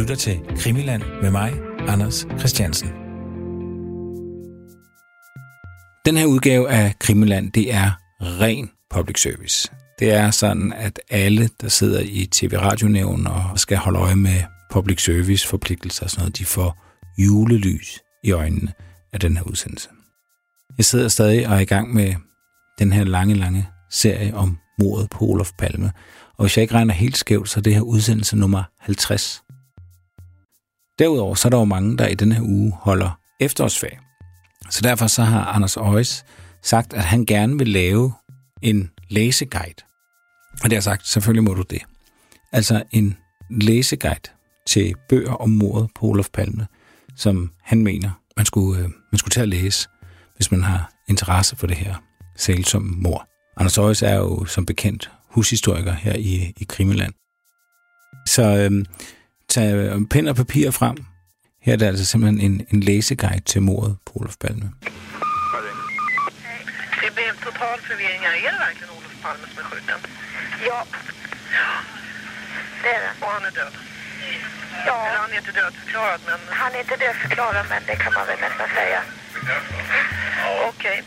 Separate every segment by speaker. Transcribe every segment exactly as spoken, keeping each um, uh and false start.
Speaker 1: lytter til Krimiland med mig, Anders Christiansen. Den her udgave af Krimiland, det er ren public service. Det er sådan, at alle, der sidder i T V-radionævn og skal holde øje med public service forpligtelser og sådan noget, de får julelys i øjnene af den her udsendelse. Jeg sidder stadig og er i gang med den her lange, lange serie om mordet på Olof Palme. Og hvis jeg ikke regner helt skævt, så er det her udsendelse nummer halvtreds. Derudover så er der jo mange, der i denne her uge holder efterårsferie. Så derfor så har Anders Ois sagt, at han gerne vil lave en læseguide. Og det har sagt, selvfølgelig må du det. Altså en læseguide til bøger om mordet på Olof Palme, som han mener, man skulle, øh, man skulle tage at læse, hvis man har interesse for det her sælsomme mord. Anders Ois er jo som bekendt hushistoriker her i, i Krimiland. Så øhm, tag pen og papir frem. Her er det altså simpelthen en, en læseguide til mordet på Olof Palme.
Speaker 2: Det blev total förvirring. Är det verkligen Olof Palme som är skjuten? Ja. Det är det. Och han är död? Ja. Eller han är inte dödförklarad, men... Han är inte dödförklarad, men det kan man väl nästan säga. Okej. Okay.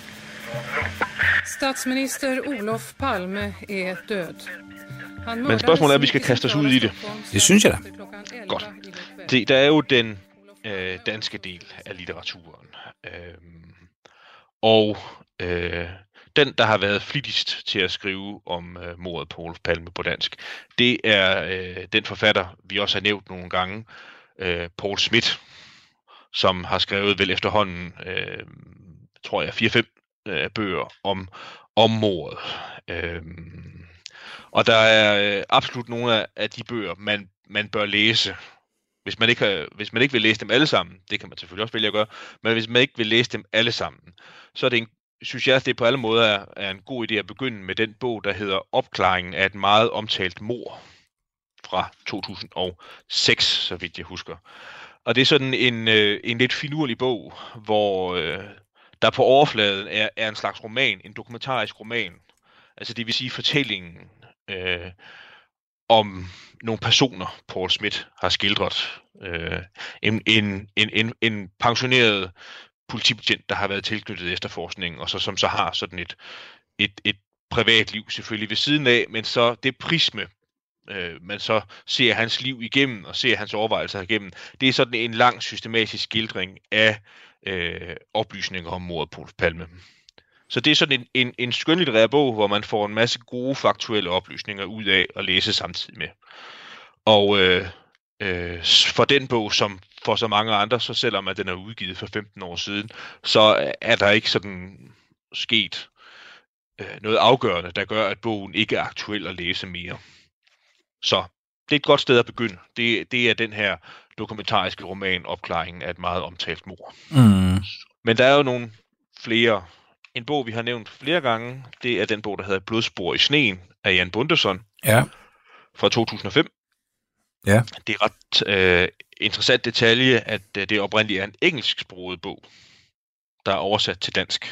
Speaker 3: Statsminister Olof Palme er død.
Speaker 4: Men spørgsmålet er, at vi skal kaste os ud i det.
Speaker 1: Det synes jeg da.
Speaker 4: Godt. Det, der er jo den øh, danske del af litteraturen. Øh, og øh, den, der har været flittigst til at skrive om øh, mordet på Olof Palme på dansk, det er øh, den forfatter, vi også har nævnt nogle gange, øh, Poul Schmidt, som har skrevet vel efterhånden, øh, tror jeg, fire-fem øh, bøger om, om mordet. Øh, og der er øh, absolut nogle af, af de bøger, man, man bør læse. Hvis man, ikke har, hvis man ikke vil læse dem alle sammen, det kan man selvfølgelig også vælge at gøre, men hvis man ikke vil læse dem alle sammen, så er det en, synes jeg, at det på alle måder er, er en god idé at begynde med den bog, der hedder Opklaringen af et meget omtalt mord fra to tusind og seks, så vidt jeg husker. Og det er sådan en, øh, en lidt finurlig bog, hvor øh, der på overfladen er, er en slags roman, en dokumentarisk roman. Altså det vil sige fortællingen øh, om nogle personer, Poul Schmidt har skildret. Øh, en, en, en, en, en pensioneret politibetjent, der har været tilknyttet efterforskningen, og så, som så har sådan et, et, et privatliv selvfølgelig ved siden af, men så det prisme, øh, man så ser hans liv igennem, og ser hans overvejelser igennem, det er sådan en lang systematisk skildring af øh, oplysninger om mordet på Olof Palme. Så det er sådan en, en, en skønlitterær bog, hvor man får en masse gode faktuelle oplysninger ud af at læse samtidig med. Og øh, øh, for den bog, som for så mange andre, så selvom at den er udgivet for femten år siden, så er der ikke sådan sket øh, noget afgørende, der gør, at bogen ikke er aktuel at læse mere. Så det er et godt sted at begynde. Det, det er den her dokumentariske roman, Opklaringen af et meget omtalt mord.
Speaker 1: Mm.
Speaker 4: Men der er jo nogle flere. En bog, vi har nævnt flere gange, det er den bog, der hedder Blodspor i sneen af Jan Bondesson
Speaker 1: Ja.
Speaker 4: fra to tusind og fem.
Speaker 1: Ja.
Speaker 4: Det er ret øh, interessant detalje, at øh, det oprindeligt er en engelsksproget bog, der er oversat til dansk.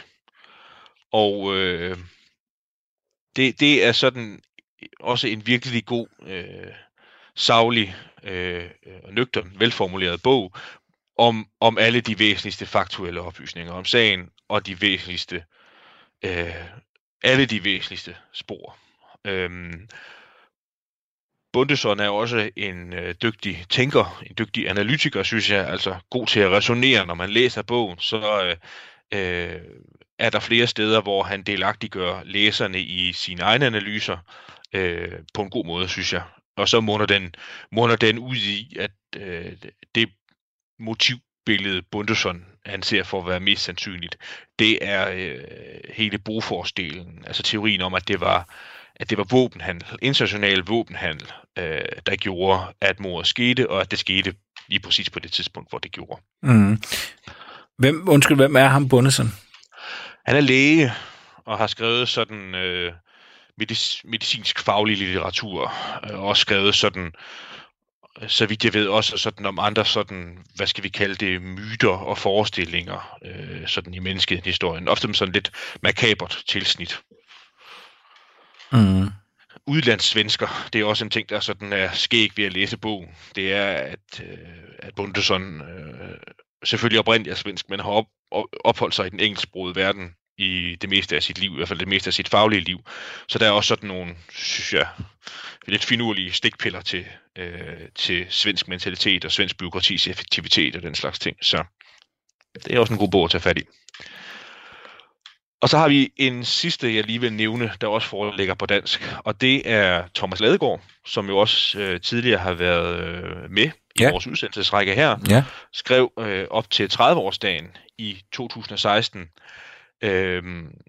Speaker 4: Og øh, det, det er sådan også en virkelig god, øh, saglig øh, og nøgtern, velformuleret bog om, om alle de væsentligste faktuelle oplysninger om sagen og de væsentligste, øh, alle de væsentligste spor. Øhm, Bondesson er også en øh, dygtig tænker, en dygtig analytiker, synes jeg, altså god til at resonere, når man læser bogen, så øh, øh, er der flere steder, hvor han delagtiggør læserne i sine egne analyser øh, på en god måde, synes jeg. Og så munder den, munder den ud i, at øh, det motivbillede, Bondesson han ser for at være mest sandsynligt, det er øh, hele Bofors-delen, altså teorien om, at det var at det var våbenhandel, international våbenhandel, øh, der gjorde, at mordet skete, og at det skete lige præcis på det tidspunkt, hvor det gjorde.
Speaker 1: Mm. Hvem, undskyld, hvem er ham Bondesson?
Speaker 4: Han er læge og har skrevet sådan øh, medic- medicinsk faglig litteratur, øh, og også skrevet sådan, så vidt jeg ved, også sådan om andre sådan, hvad skal vi kalde det, myter og forestillinger, øh, sådan i menneskehistorien. Ofte med sådan lidt makabert tilsnit.
Speaker 1: Mm.
Speaker 4: udlandssvensker. Det er også en ting, der sådan er skæg ved at læse bogen. Det er, at, øh, at Bundesson øh, selvfølgelig oprindeligt er svensk, men har op, op, opholdt sig i den engelsksprogede verden i det meste af sit liv, i hvert fald det meste af sit faglige liv. Så der er også sådan nogle, synes jeg, lidt finurlige stikpiller til, øh, til svensk mentalitet og svensk bureaukratis effektivitet og den slags ting. Så det er også en god bog at tage fat i. Og så har vi en sidste, jeg lige vil nævne, der også foreligger på dansk, og det er Thomas Ladegaard, som jo også øh, tidligere har været øh, med i ja. vores udsendelsesrække her, ja. skrev øh, op til tredive-årsdagen i to tusind og seksten øh,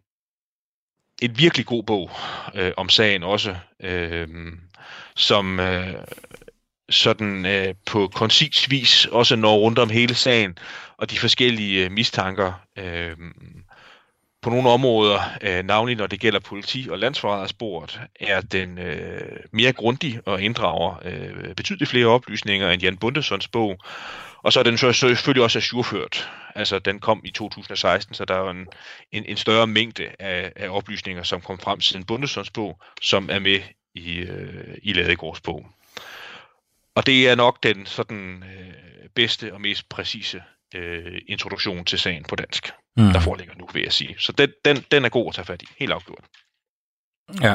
Speaker 4: en virkelig god bog øh, om sagen også, øh, som øh, sådan øh, på koncis vis også når rundt om hele sagen og de forskellige øh, mistanker. Øh, På nogle områder, øh, navnlig når det gælder politi- og landsforrædersporet, er den øh, mere grundig og inddrager øh, betydeligt flere oplysninger end Jan Bundessons bog. Og så er den så selvfølgelig også ajourført. Altså, den kom i to tusind og seksten, så der er en, en, en større mængde af, af oplysninger, som kom frem siden Bundessons bog, som er med i, øh, i Ladegaards bog. Og det er nok den sådan øh, bedste og mest præcise øh, introduktion til sagen på dansk, mm. der foreligger nu, vil jeg sige. Så den, den, den er god at tage fat i, helt afgjort.
Speaker 1: Ja.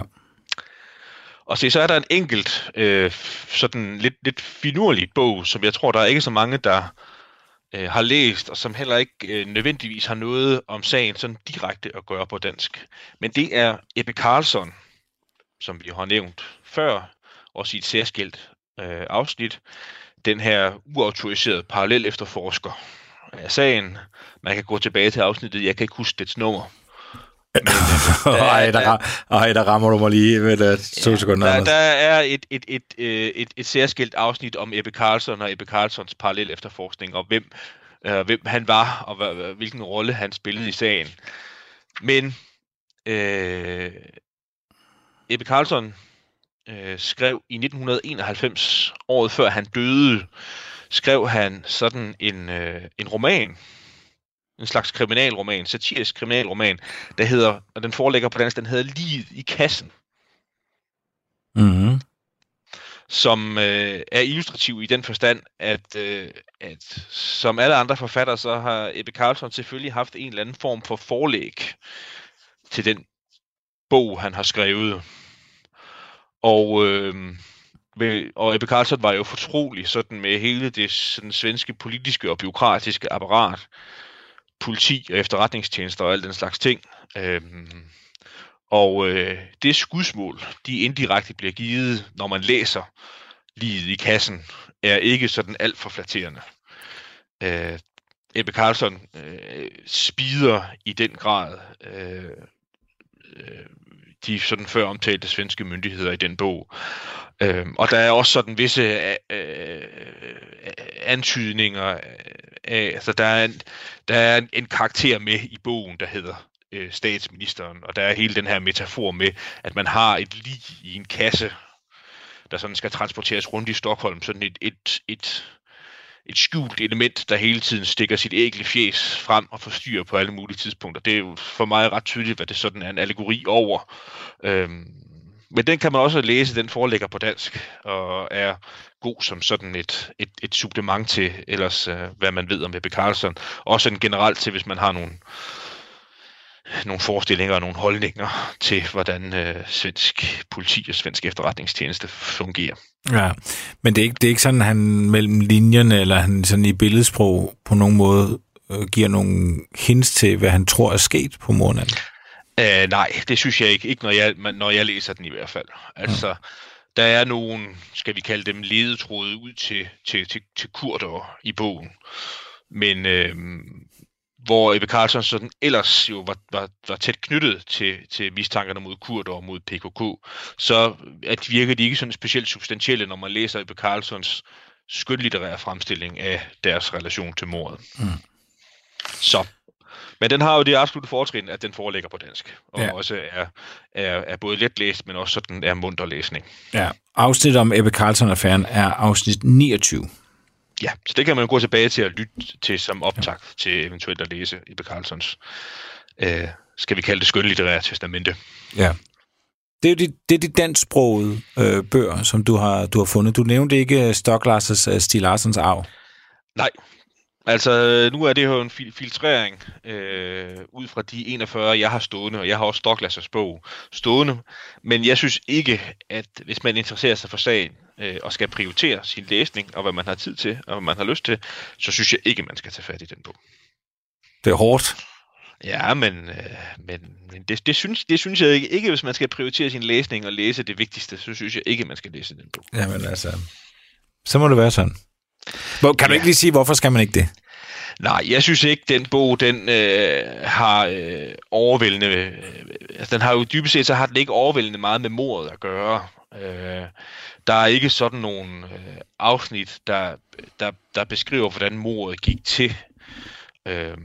Speaker 4: Og se, så er der en enkelt, øh, sådan lidt, lidt finurlig bog, som jeg tror, der er ikke så mange, der øh, har læst, og som heller ikke øh, nødvendigvis har noget om sagen sådan direkte at gøre på dansk. Men det er Ebbe Carlsson, som vi har nævnt før, også i et særskilt øh, afsnit. Den her uautoriserede parallel efterforsker af sagen. Man kan gå tilbage til afsnittet, jeg kan ikke huske dets nummer. Men, der,
Speaker 1: ej, der, der, ej, der rammer du mig lige med uh, to ja, sekunder.
Speaker 4: Der, der er et, et, et, et, et, et særskilt afsnit om Ebbe Carlsson og Ebbe Carlssons parallel efterforskning, og hvem, øh, hvem han var, og h- hvilken rolle han spillede i sagen. Men øh, Ebbe Carlsson øh, skrev i nitten enoghalvfems, året før han døde, skrev han sådan en, øh, en roman, en slags kriminalroman, satirisk kriminalroman, der hedder, og den foreligger på dansk, den hedder Liget i kassen.
Speaker 1: Mm-hmm.
Speaker 4: Som øh, er illustrativ i den forstand, at, øh, at som alle andre forfattere, så har Ebbe Carlsson selvfølgelig haft en eller anden form for forlæg til den bog, han har skrevet. Og, øh, og Ebbe Carlsson var jo fortrolig sådan med hele det sådan, svenske politiske og bureaukratiske apparat, politi og efterretningstjenester og alt den slags ting. Øhm, og øh, det skudsmål, de indirekte bliver givet, når man læser Liget i kassen, er ikke sådan alt for flatterende. Øh, Ebbe Carlsson øh, spider i den grad øh, øh, de sådan før omtalte svenske myndigheder i den bog. Øh, og der er også sådan visse øh, antydninger af, altså der er, en, der er en, en karakter med i bogen, der hedder øh, statsministeren, og der er hele den her metafor med, at man har et lig i en kasse, der sådan skal transporteres rundt i Stockholm, sådan et, et, et, et skjult element, der hele tiden stikker sit ægle fjes frem og forstyrrer på alle mulige tidspunkter. Det er jo for mig ret tydeligt, hvad det sådan er en allegori over. Øhm, men den kan man også læse, den foreligger på dansk, og er god som sådan et, et, et supplement til ellers, øh, hvad man ved om Ebbe Carlsson. Også en generelt til, hvis man har nogle, nogle forestillinger og nogle holdninger til, hvordan øh, svensk politi og svensk efterretningstjeneste fungerer.
Speaker 1: Ja, men det er ikke, det er ikke sådan, at han mellem linjerne, eller han sådan i billedsprog på nogen måde øh, giver nogle hints til, hvad han tror er sket på mordnatten?
Speaker 4: Uh, nej, det synes jeg ikke, ikke når jeg, når jeg læser den i hvert fald. Altså, ja. Der er nogle, skal vi kalde dem, ledetråde ud til, til, til, til kurder i bogen. Men øh, hvor Ebbe Carlsson sådan ellers jo var, var, var tæt knyttet til, til mistankerne mod kurder og mod P K K, så at virker de ikke sådan specielt substantielle, når man læser Ebbe Carlssons skønlitterære fremstilling af deres relation til mordet. Mm. Så. Men den har jo det absolutte fortrin, at den foreligger på dansk, og ja. også er, er, er både let læst, men også sådan er munter læsning. Ja,
Speaker 1: afsnit om Ebbe Carlsson-affæren er afsnit niogtyve.
Speaker 4: Ja, så det kan man gå tilbage til at lytte til som optakt ja. til eventuelt at læse Ebbe Carlssons, øh, skal vi kalde det skønlitterære testamente.
Speaker 1: Ja. Det er jo de, det er de dansksprogede øh, bøger, som du har, du har fundet. Du nævnte ikke Stocklasers uh, Stieg Larssons Arv.
Speaker 4: Nej. Altså, nu er det jo en fil- filtrering øh, ud fra de enogfyrre, jeg har stående, og jeg har også Stocklassers bog stående. Men jeg synes ikke, at hvis man interesserer sig for sagen øh, og skal prioritere sin læsning, og hvad man har tid til, og hvad man har lyst til, så synes jeg ikke, man skal tage fat i den bog.
Speaker 1: Det er hårdt.
Speaker 4: Ja, men, øh, men, men det, det, synes, det synes jeg ikke. Ikke hvis man skal prioritere sin læsning og læse det vigtigste, så synes jeg ikke, man skal læse den bog.
Speaker 1: Jamen altså, så må det være sådan. Kan du
Speaker 4: ja.
Speaker 1: ikke lige sige, hvorfor skal man ikke det?
Speaker 4: Nej, jeg synes ikke, den bog, den øh, har øh, overvældende... Øh, altså, den har jo dybest set, så har den ikke overvældende meget med mordet at gøre. Øh, der er ikke sådan nogle øh, afsnit, der, der, der beskriver, hvordan mordet gik til. Øh,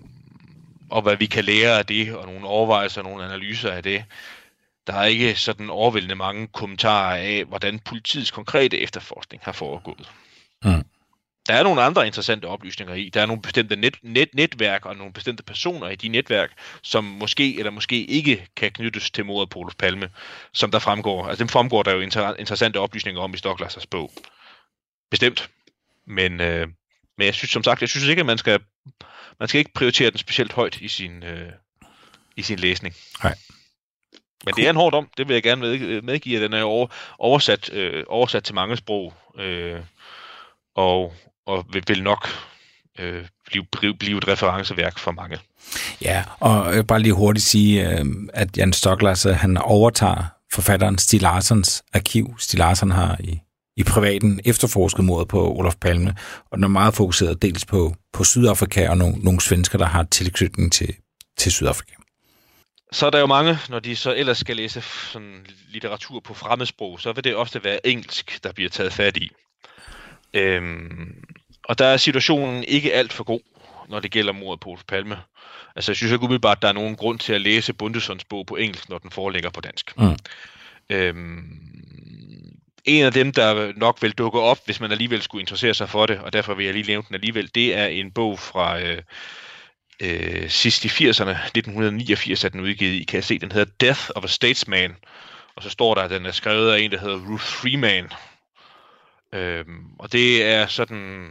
Speaker 4: og hvad vi kan lære af det, og nogle overvejelser og nogle analyser af det. Der er ikke sådan overvældende mange kommentarer af, hvordan politiets konkrete efterforskning har foregået.
Speaker 1: Mm.
Speaker 4: Der er nogle andre interessante oplysninger i. Der er nogle bestemte net, net, netværk og nogle bestemte personer i de netværk, som måske eller måske ikke kan knyttes til mordet på Olof Palme, som der fremgår. Altså dem fremgår der jo inter- interessante oplysninger om i Stocklassers bog. Bestemt. Men, øh, men jeg synes som sagt, jeg synes ikke, at man skal, man skal ikke prioritere den specielt højt i sin, øh, i sin læsning.
Speaker 1: Nej.
Speaker 4: Men cool. Det er en hård dom, det vil jeg gerne med, medgive, at den er over, oversat, øh, oversat til mange sprog, øh, og, og vil, vil nok øh, blive, blive et referenceværk for mange.
Speaker 1: Ja, og jeg vil bare lige hurtigt sige, øh, at Jan Stocklasser, han overtager forfatteren Stieg Larssons arkiv. Stieg Larsson har i, i privaten efterforsket mordet på Olof Palme, og den er meget fokuseret dels på, på Sydafrika og nogle, nogle svensker, der har tilknytning til, til Sydafrika.
Speaker 4: Så er der jo mange, når de så ellers skal læse sådan litteratur på fremmedsprog, så vil det ofte være engelsk, der bliver taget fat i. Øhm, og der er situationen ikke alt for god, når det gælder mordet på Olof Palme. Altså jeg synes ikke umiddelbart, at der er nogen grund til at læse Bundessons bog på engelsk, når den foreligger på dansk. Mm. Øhm, en af dem, der nok vil dukke op, hvis man alligevel skulle interessere sig for det, og derfor vil jeg lige nævne den alligevel, det er en bog fra... Øh, Øh, sidst i firserne, nitten niogfirs er den udgivet i, kan jeg se, den hedder Death of a Statesman, og så står der, at den er skrevet af en, der hedder Ruth Freeman. Øhm, og det er sådan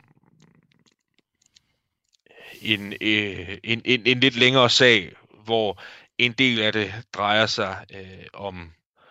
Speaker 4: en, øh, en, en, en lidt længere sag, hvor en del af det drejer sig øh, om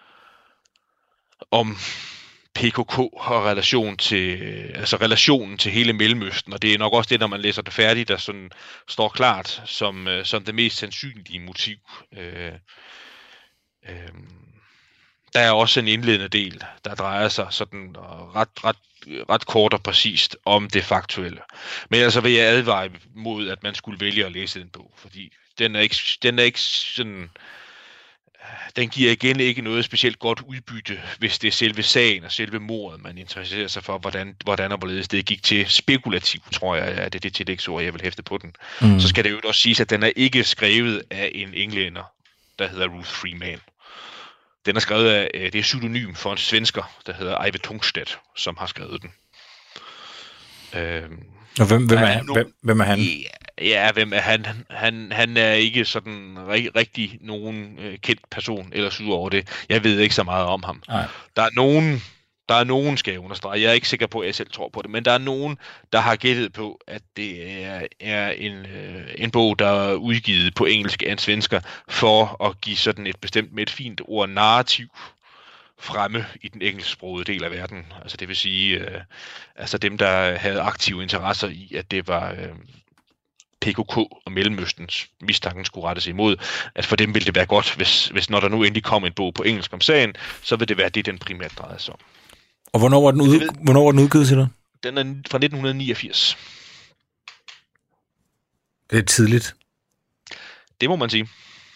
Speaker 4: om P K K og relation til, altså relationen til hele Mellemøsten, og det er nok også det, når man læser det færdigt, der sådan står klart som, som det mest sandsynlige motiv. Øh, øh, der er også en indledende del, der drejer sig sådan ret, ret, ret kort og præcist om det faktuelle. Men altså vil jeg advare mod, at man skulle vælge at læse den bog, fordi den er ikke, den er ikke sådan... Den giver igen ikke noget specielt godt udbytte, hvis det er selve sagen og selve mordet, man interesserer sig for, hvordan, hvordan og hvorledes det gik til. Spekulativt, tror jeg, er det det tillægsord, jeg vil hæfte på den. Mm. Så skal det jo også siges, at den er ikke skrevet af en englænder, der hedder Ruth Freeman. Den er skrevet af, det er pseudonym for en svensker, der hedder Eivind Tungstedt, som har skrevet den. Øhm,
Speaker 1: og hvem, hvem, er, er, hvem, hvem er han?
Speaker 4: Ja, ja, hvem er han? Han, han er ikke sådan rig, rigtig nogen øh, kendt person, ellers ud over det. Jeg ved ikke så meget om ham. Nej. Der er nogen, der er nogen, skal jeg understrege. Jeg er ikke sikker på, at jeg selv tror på det, men der er nogen, der har gættet på, at det er, er en, øh, en bog, der er udgivet på engelsk af en svensker, for at give sådan et bestemt med et fint ord narrativ fremme i den engelsksprogede del af verden. Altså det vil sige, øh, altså dem, der havde aktive interesser i, at det var øh, P K K og Mellemøstens mistanken skulle rettes imod, at for dem ville det være godt, hvis, hvis når der nu endelig kom en bog på engelsk om sagen, så vil det være det, den primært drejede sig om.
Speaker 1: Og hvornår var den, ud, ved, hvornår var den udgivet til dig?
Speaker 4: Den er fra nitten niogfirs.
Speaker 1: Det er tidligt.
Speaker 4: Det må man sige.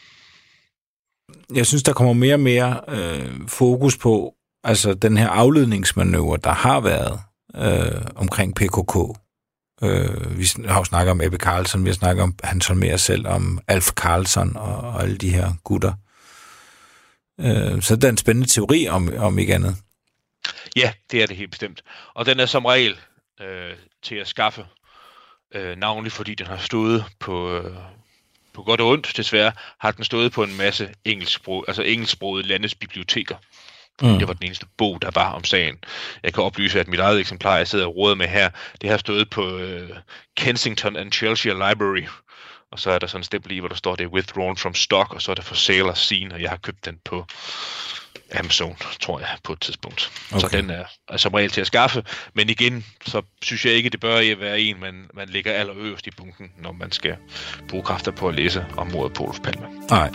Speaker 1: Jeg synes, der kommer mere og mere øh, fokus på altså den her afledningsmanøvre, der har været øh, omkring P K K. Øh, vi har jo snakket om Ebbe Carlsson, vi har snakket om Hans Holmér selv, om Alf Carlsson og, og alle de her gutter. Øh, så det er en spændende teori om, om ikke andet.
Speaker 4: Ja, det er det helt bestemt. Og den er som regel øh, til at skaffe, øh, navnlig fordi den har stået på... Øh, på godt og ondt desværre, har den stået på en masse engelsksprog, altså engelsksprogede landes biblioteker. Mm. Det var den eneste bog, der var om sagen. Jeg kan oplyse, at mit eget eksemplar, jeg sidder og råder med her, det har stået på øh, Kensington and Chelsea Library. Og så er der sådan en stempel i, hvor der står, det er withdrawn from stock, og så er det for sale og seen, og jeg har købt den på Amazon, tror jeg, på et tidspunkt. Okay. Så den er, er som regel til at skaffe. Men igen, så synes jeg ikke, det bør være en, man, man ligger allerøverst i bunken, når man skal bruge kræfter på at læse om mordet på Olof Palme.
Speaker 1: Nej.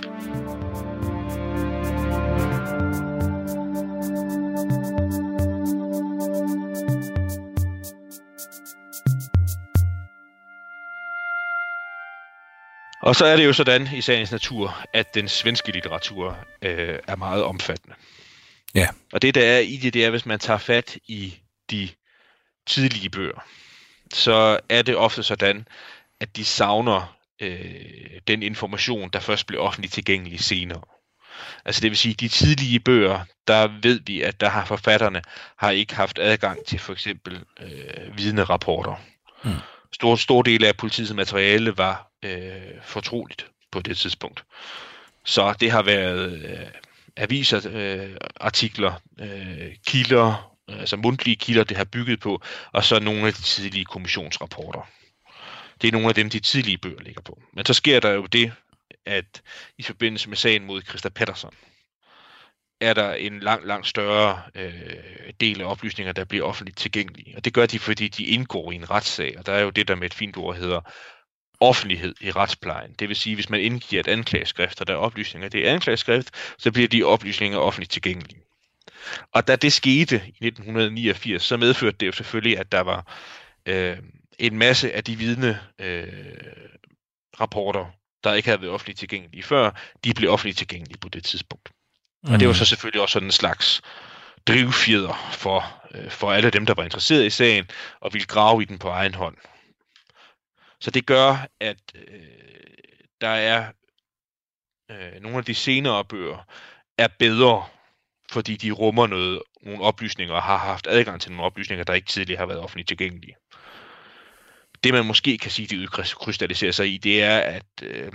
Speaker 4: Og så er det jo sådan i sagens natur, at den svenske litteratur øh, er meget omfattende.
Speaker 1: Ja.
Speaker 4: Og det, der er i det, det er, hvis man tager fat i de tidlige bøger, så er det ofte sådan, at de savner øh, den information, der først blev offentligt tilgængelig senere. Altså det vil sige, de tidlige bøger, der ved vi, at der har forfatterne har ikke haft adgang til for eksempel øh, vidnerapporter. Mm. Stor, stor del af politiets materiale var øh, fortroligt på det tidspunkt. Så det har været øh, aviser, øh, artikler, øh, kilder, øh, altså mundtlige kilder, det har bygget på, og så nogle af de tidlige kommissionsrapporter. Det er nogle af dem, de tidlige bøger ligger på. Men så sker der jo det, at i forbindelse med sagen mod Christa Pettersson, er der en langt, langt større øh, del af oplysninger, der bliver offentligt tilgængelige. Og det gør de, fordi de indgår i en retssag. Og der er jo det, der med et fint ord hedder offentlighed i retsplejen. Det vil sige, hvis man indgiver et anklageskrift, og der er oplysninger, det er anklageskrift, så bliver de oplysninger offentligt tilgængelige. Og da det skete i nitten niogfirs, så medførte det jo selvfølgelig, at der var øh, en masse af de vidne øh, rapporter, der ikke havde været offentligt tilgængelige før, de blev offentligt tilgængelige på det tidspunkt. Mm. Og det var så selvfølgelig også sådan en slags drivfjeder for, øh, for alle dem, der var interesseret i sagen, og ville grave i den på egen hånd. Så det gør, at øh, der er øh, nogle af de senere bøger er bedre, fordi de rummer noget, nogle oplysninger og har haft adgang til nogle oplysninger, der ikke tidligere har været offentligt tilgængelige. Det man måske kan sige, de udkrystalliserer sig i, det er, at, øh,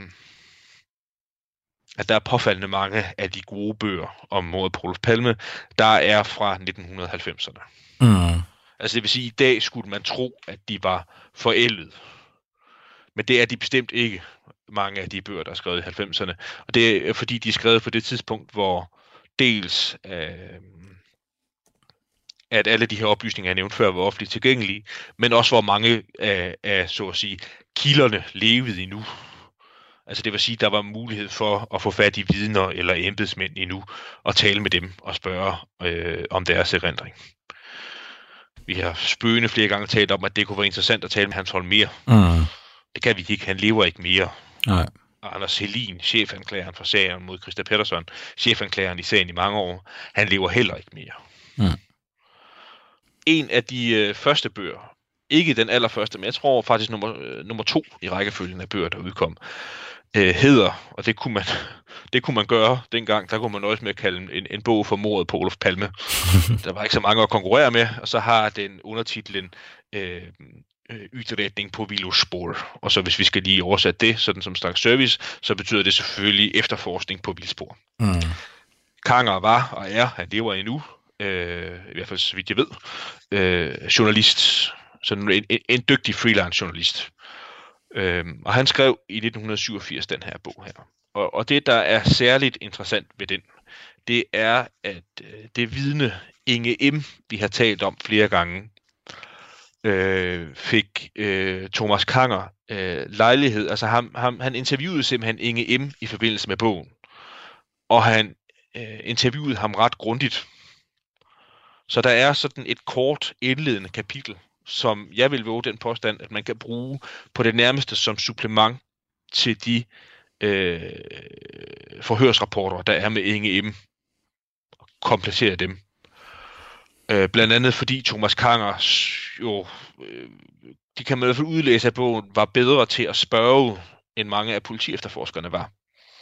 Speaker 4: at der er påfaldende mange af de gode bøger om mordet på Olof Palme, der er fra nitten halvfemserne. Mm. Altså det vil sige, at i dag skulle man tro, at de var forældet. Men det er de bestemt ikke, mange af de bøger, der er skrevet i halvfemserne. Og det er fordi, de er skrevet på det tidspunkt, hvor dels øh, at alle de her oplysninger, jeg nævnte før, var offentligt tilgængelige, men også hvor mange af, af så at sige, kilderne levede endnu. Altså det vil sige, at der var mulighed for at få fat i vidner eller embedsmænd endnu, og tale med dem og spørge øh, om deres erindring. Vi har spøgende flere gange talt om, at det kunne være interessant at tale med Hans Holmér. Mm. Det kan vi ikke. Han lever ikke mere. Nej. Anders Helin, chefanklageren for sagen mod Christa Pettersson, chefanklageren i sagen i mange år, han lever heller ikke mere. Mm. En af de øh, første bøger, ikke den allerførste, men jeg tror faktisk nummer, øh, nummer to i rækkefølgen af bøger, der udkom, øh, hedder, og det kunne man det kunne man gøre dengang, der kunne man nøjes med at kalde en, en bog for mordet på Olof Palme. Der var ikke så mange at konkurrere med, og så har den undertitlen øh, Utredning på vildspor. Og så hvis vi skal lige oversætte det, sådan som slags service, så betyder det selvfølgelig efterforskning på vildspor. Mm. Kanger var og er, han lever endnu, øh, i hvert fald så vidt jeg ved, øh, journalist, sådan en, en, en dygtig freelance journalist. Øh, og han skrev i nitten syvogfirs den her bog her. Og, og det, der er særligt interessant ved den, det er, at øh, det vidne Inge M., vi har talt om flere gange, øh, fik øh, Thomas Kanger øh, lejlighed. Altså ham, ham, han interviewede simpelthen Inge M. i forbindelse med bogen. Og han øh, interviewede ham ret grundigt. Så der er sådan et kort indledende kapitel, som jeg vil våge den påstand, at man kan bruge på det nærmeste som supplement til de øh, forhørsrapporter, der er med Inge M. Komplettere dem. Øh, blandt andet fordi Thomas Kanger jo, øh, de kan man i hvert fald udlæse af bogen, var bedre til at spørge, end mange af politiefterforskerne var.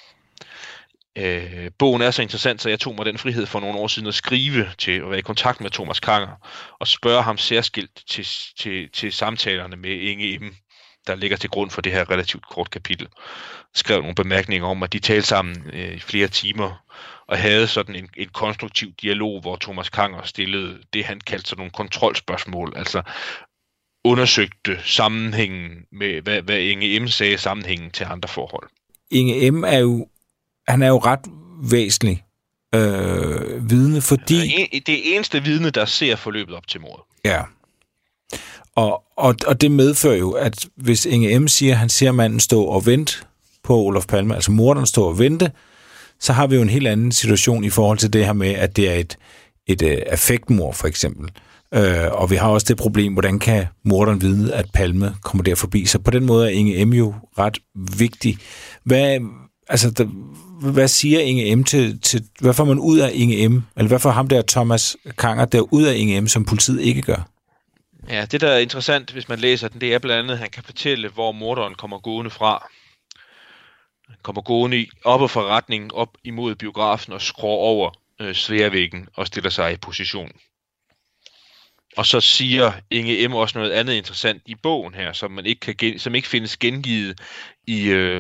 Speaker 4: Øh, bogen er så interessant, så jeg tog mig den frihed for nogle år siden at skrive til at være i kontakt med Thomas Kanger og spørge ham særskilt til, til, til samtalerne med Inge M. der ligger til grund for det her relativt kort kapitel, skrev nogle bemærkninger om, at de talte sammen øh, i flere timer, og havde sådan en, en konstruktiv dialog, hvor Thomas Kanger stillede det, han kaldte sådan nogle kontrolspørgsmål, altså undersøgte sammenhængen med, hvad, hvad Inge M. sagde, sammenhængen til andre forhold.
Speaker 1: Inge M. er jo, han er jo ret væsentlig øh, vidne, fordi...
Speaker 4: Det eneste vidne, der ser forløbet op til mordet.
Speaker 1: Ja. Og, og, og det medfører jo, at hvis Inge M. siger, at han ser manden stå og vente på Olof Palme, altså morderen stå og vente, så har vi jo en helt anden situation i forhold til det her med, at det er et, et uh, affektmord, for eksempel. Uh, og vi har også det problem, hvordan kan morderen vide, at Palme kommer der forbi. Så på den måde er Inge M. jo ret vigtig. Hvad, altså, der, hvad siger Inge M. til, til... Hvad får man ud af Inge M.? Eller hvad får ham der Thomas Kanger der ud af Inge M., som politiet ikke gør?
Speaker 4: Ja, det der er interessant, hvis man læser den, det er blandt andet, at han kan fortælle, hvor morderen kommer gående fra. Han kommer gående op ad forretningen, op imod biografen og skråer over øh, sværvæggen og stiller sig i position. Og så siger Inge M. også noget andet interessant i bogen her, som man ikke kan gen, som ikke findes gengivet i øh,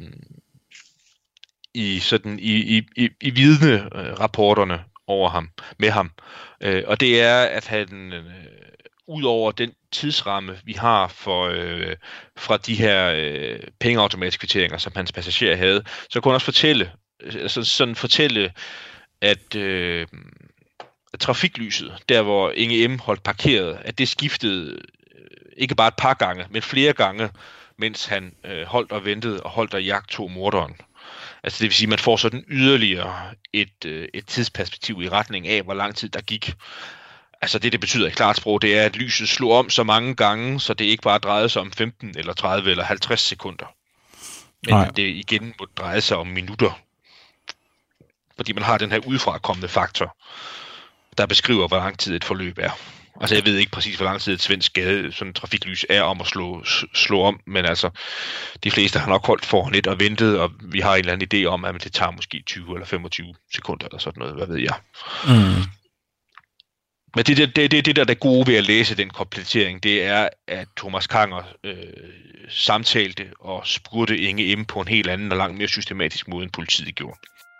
Speaker 4: i sådan i i i, i vidnerapporterne over ham med ham. Øh, og det er, at han øh, ud over den tidsramme, vi har for, øh, fra de her øh, pengeautomatskvitteringer, som hans passagerer havde, så kunne han også fortælle, altså sådan fortælle, at, øh, at trafiklyset, der hvor Inge M. holdt parkeret, at det skiftede øh, ikke bare et par gange, men flere gange, mens han øh, holdt og ventede og holdt og jagtog morderen. Altså det vil sige, at man får sådan yderligere et, øh, et tidsperspektiv i retning af, hvor lang tid der gik. Altså det, det betyder i klart sprog, det er, at lyset slår om så mange gange, så det ikke bare drejede sig om femten eller tredive eller halvtreds sekunder. Men Nej. det igen må dreje sig om minutter. Fordi man har den her udefrakommende faktor, der beskriver, hvor lang tid et forløb er. Altså jeg ved ikke præcis, hvor lang tid et svensk gade, sådan trafiklys er om at slå, slå om, men altså de fleste har nok holdt for lidt og ventet, og vi har en eller anden idé om, at det tager måske tyve eller femogtyve sekunder eller sådan noget, hvad ved jeg. Mm. Men det, det, det, det der er gode ved at læse den komplettering, det er, at Thomas Kanger øh, samtalte og spurgte Inge M. på en helt anden og langt mere systematisk måde, end politiet gjorde.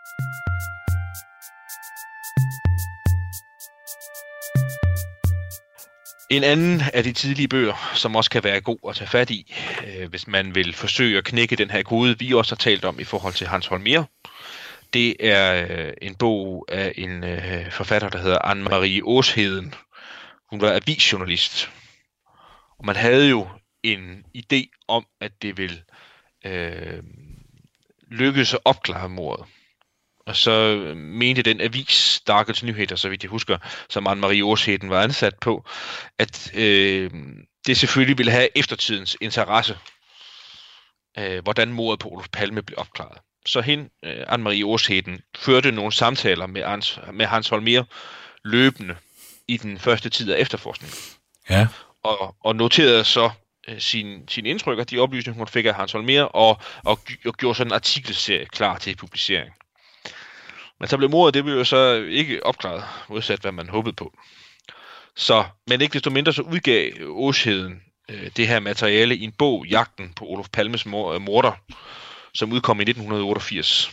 Speaker 4: En anden af de tidlige bøger, som også kan være god at tage fat i, øh, hvis man vil forsøge at knække den her kode, vi også har talt om i forhold til Hans Holmér, det er øh, en bog af en øh, forfatter, der hedder Anne-Marie Åsheden. Hun var avisjournalist. Og man havde jo en idé om, at det ville øh, lykkes at opklare mordet. Og så mente den avis, Dagens Nyheder, så vidt jeg husker, som Anne-Marie Åsheden var ansat på, at øh, det selvfølgelig ville have eftertidens interesse, øh, hvordan mordet på Olof Palme blev opklaret. Så hende, Anne-Marie Åsheden, førte nogle samtaler med Hans, med Hans Holmér løbende i den første tid af efterforskningen.
Speaker 1: Ja.
Speaker 4: Og, og noterede så øh, sin, sin indtryk af de oplysninger, hun fik af Hans Holmér, og, og, og gjorde sådan en artikelserie klar til publicering. Men så blev mordet, det blev jo så ikke opklaret, modsat hvad man håbede på. Så, men ikke desto mindre så udgav Åsheden øh, det her materiale i en bog, Jagten på Olof Palmes morder, som udkom i nitten otteogfirs.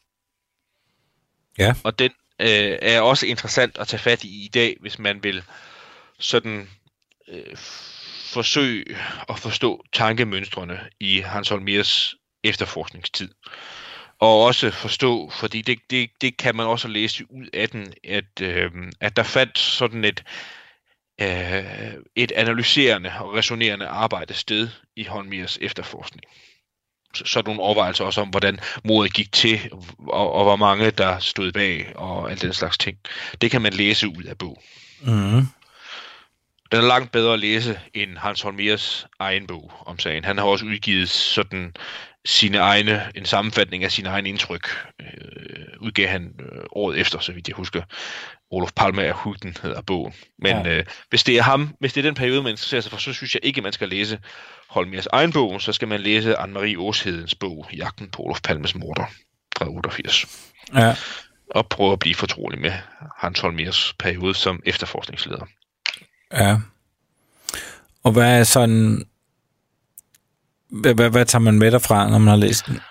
Speaker 1: Ja.
Speaker 4: Og den øh, er også interessant at tage fat i i dag, hvis man vil sådan øh, forsøge at forstå tankemønstrene i Hans Holmérs efterforskningstid. Og også forstå, fordi det, det, det kan man også læse ud af den, at, øh, at der fandt sådan et, øh, et analyserende og resonerende arbejde sted i Holmérs efterforskning. Så, så nogle overvejelser også om, hvordan mordet gik til, og, og hvor mange der stod bag, og alt den slags ting. Det kan man læse ud af bogen. Mm. Den er langt bedre at læse end Hans Holmérs egen bog om sagen. Han har også udgivet sådan sine egne, en sammenfatning af sine egne indtryk. Øh, udgav han øh, året efter, så vidt jeg husker. Olof Palme er Huden hedder bogen. Men ja. øh, hvis det er ham, hvis det er den periode, man interesserer sig for, så synes jeg ikke, man skal læse Holmérs egen bog, så skal man læse Anne-Marie Åshedens bog, Jagten på Olof Palmes morder fra otteogfirs.
Speaker 1: Ja.
Speaker 4: Og prøve at blive fortrolig med Hans Holmérs periode som efterforskningsleder.
Speaker 1: Ja. Og hvad er sådan... Hvad, hvad, hvad tager man med derfra, når man har læst den?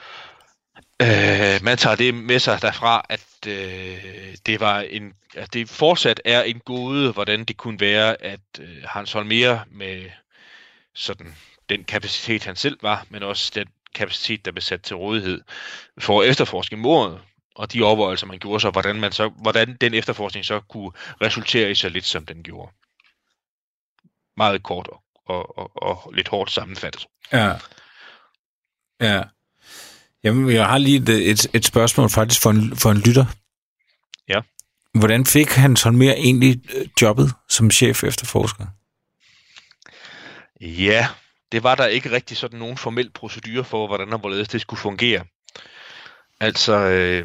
Speaker 4: Øh, man tager det med sig derfra, at øh, det var en, at det fortsat er en gåde, hvordan det kunne være, at øh, Hans Holmér med sådan den kapacitet, han selv var, men også den kapacitet, der blev sat til rådighed for at efterforske mordet, og de overvejelser, man gjorde sig, hvordan, man så, hvordan den efterforskning så kunne resultere i så lidt, som den gjorde. Meget kort og, og, og, og lidt hårdt sammenfattet.
Speaker 1: Ja. Ja. Jamen, jeg har lige et, et, et spørgsmål faktisk for en, for en lytter.
Speaker 4: Ja.
Speaker 1: Hvordan fik Hans Holmér egentlig jobbet som chef efterforsker?
Speaker 4: Ja, det var der ikke rigtig sådan nogen formel procedure for, hvordan og hvorledes det skulle fungere. Altså, øh,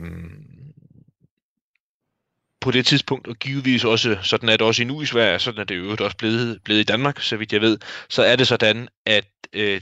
Speaker 4: på det tidspunkt, og givetvis også, sådan er det også endnu i Sverige, sådan er det jo også blevet, blevet i Danmark, så vidt jeg ved, så er det sådan, at øh,